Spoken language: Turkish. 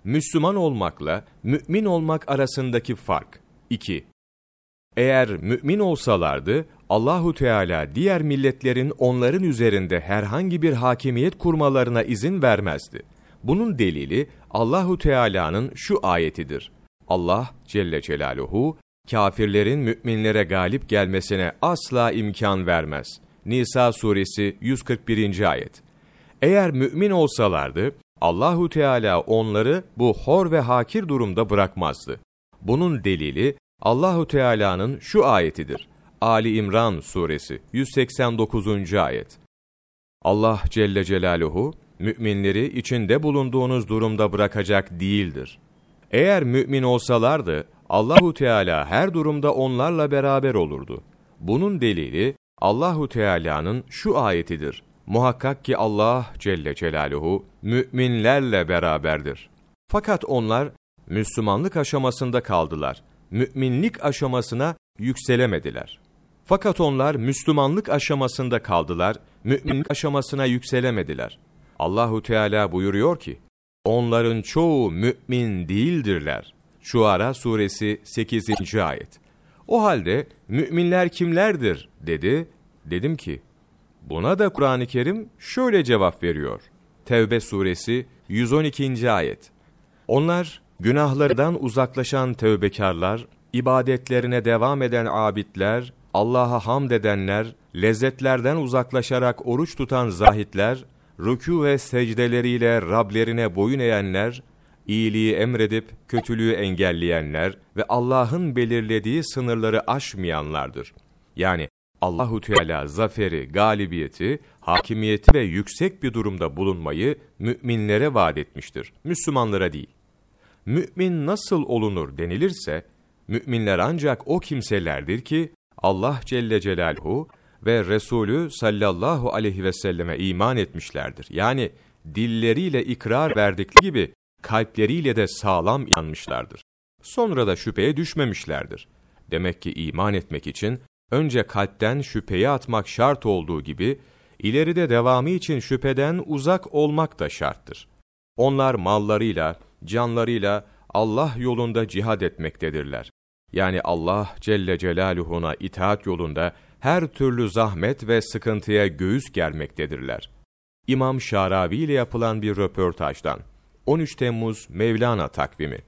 Müslüman olmakla mümin olmak arasındaki fark. 2. Eğer mümin olsalardı, Allahu Teala diğer milletlerin onların üzerinde herhangi bir hakimiyet kurmalarına izin vermezdi. Bunun delili Allahu Teala'nın şu ayetidir. Allah Celle Celaluhu, kâfirlerin müminlere galip gelmesine asla imkan vermez. Nisa suresi 141. ayet. Eğer mümin olsalardı, Allahu Teala onları bu hor ve hakir durumda bırakmazdı. Bunun delili Allahu Teala'nın şu ayetidir. Ali İmran suresi 189. ayet. Allah Celle Celaluhu, müminleri içinde bulunduğunuz durumda bırakacak değildir. Eğer mümin olsalardı, Allahu Teala her durumda onlarla beraber olurdu. Bunun delili Allahu Teala'nın şu ayetidir. Muhakkak ki Allah Celle Celaluhu müminlerle beraberdir. Fakat onlar Müslümanlık aşamasında kaldılar. Müminlik aşamasına yükselemediler. Fakat onlar Müslümanlık aşamasında kaldılar, müminlik aşamasına yükselemediler. Allahu Teala buyuruyor ki, onların çoğu mümin değildirler. Şuara suresi 8. ayet. O halde müminler kimlerdir dedi. Dedim ki, buna da Kur'an-ı Kerim şöyle cevap veriyor. Tevbe suresi 112. ayet. Onlar günahlardan uzaklaşan tövbekarlar, ibadetlerine devam eden abidler, Allah'a hamd edenler, lezzetlerden uzaklaşarak oruç tutan zahitler, rükû ve secdeleriyle Rablerine boyun eğenler, iyiliği emredip kötülüğü engelleyenler ve Allah'ın belirlediği sınırları aşmayanlardır. Yani Allahu Teala zaferi, galibiyeti, hakimiyeti ve yüksek bir durumda bulunmayı müminlere vaat etmiştir. Müslümanlara değil. Mümin nasıl olunur denilirse, müminler ancak o kimselerdir ki, Allah Celle Celaluhu ve Resulü sallallahu aleyhi ve selleme iman etmişlerdir. Yani dilleriyle ikrar verdikleri gibi kalpleriyle de sağlam inanmışlardır. Sonra da şüpheye düşmemişlerdir. Demek ki iman etmek için önce kalpten şüpheyi atmak şart olduğu gibi, ileride devamı için şüpheden uzak olmak da şarttır. Onlar mallarıyla, canlarıyla Allah yolunda cihad etmektedirler. Yani Allah Celle Celaluhu'na itaat yolunda her türlü zahmet ve sıkıntıya göğüs germektedirler. İmam Şaravi ile yapılan bir röportajdan 13 Temmuz Mevlana takvimi.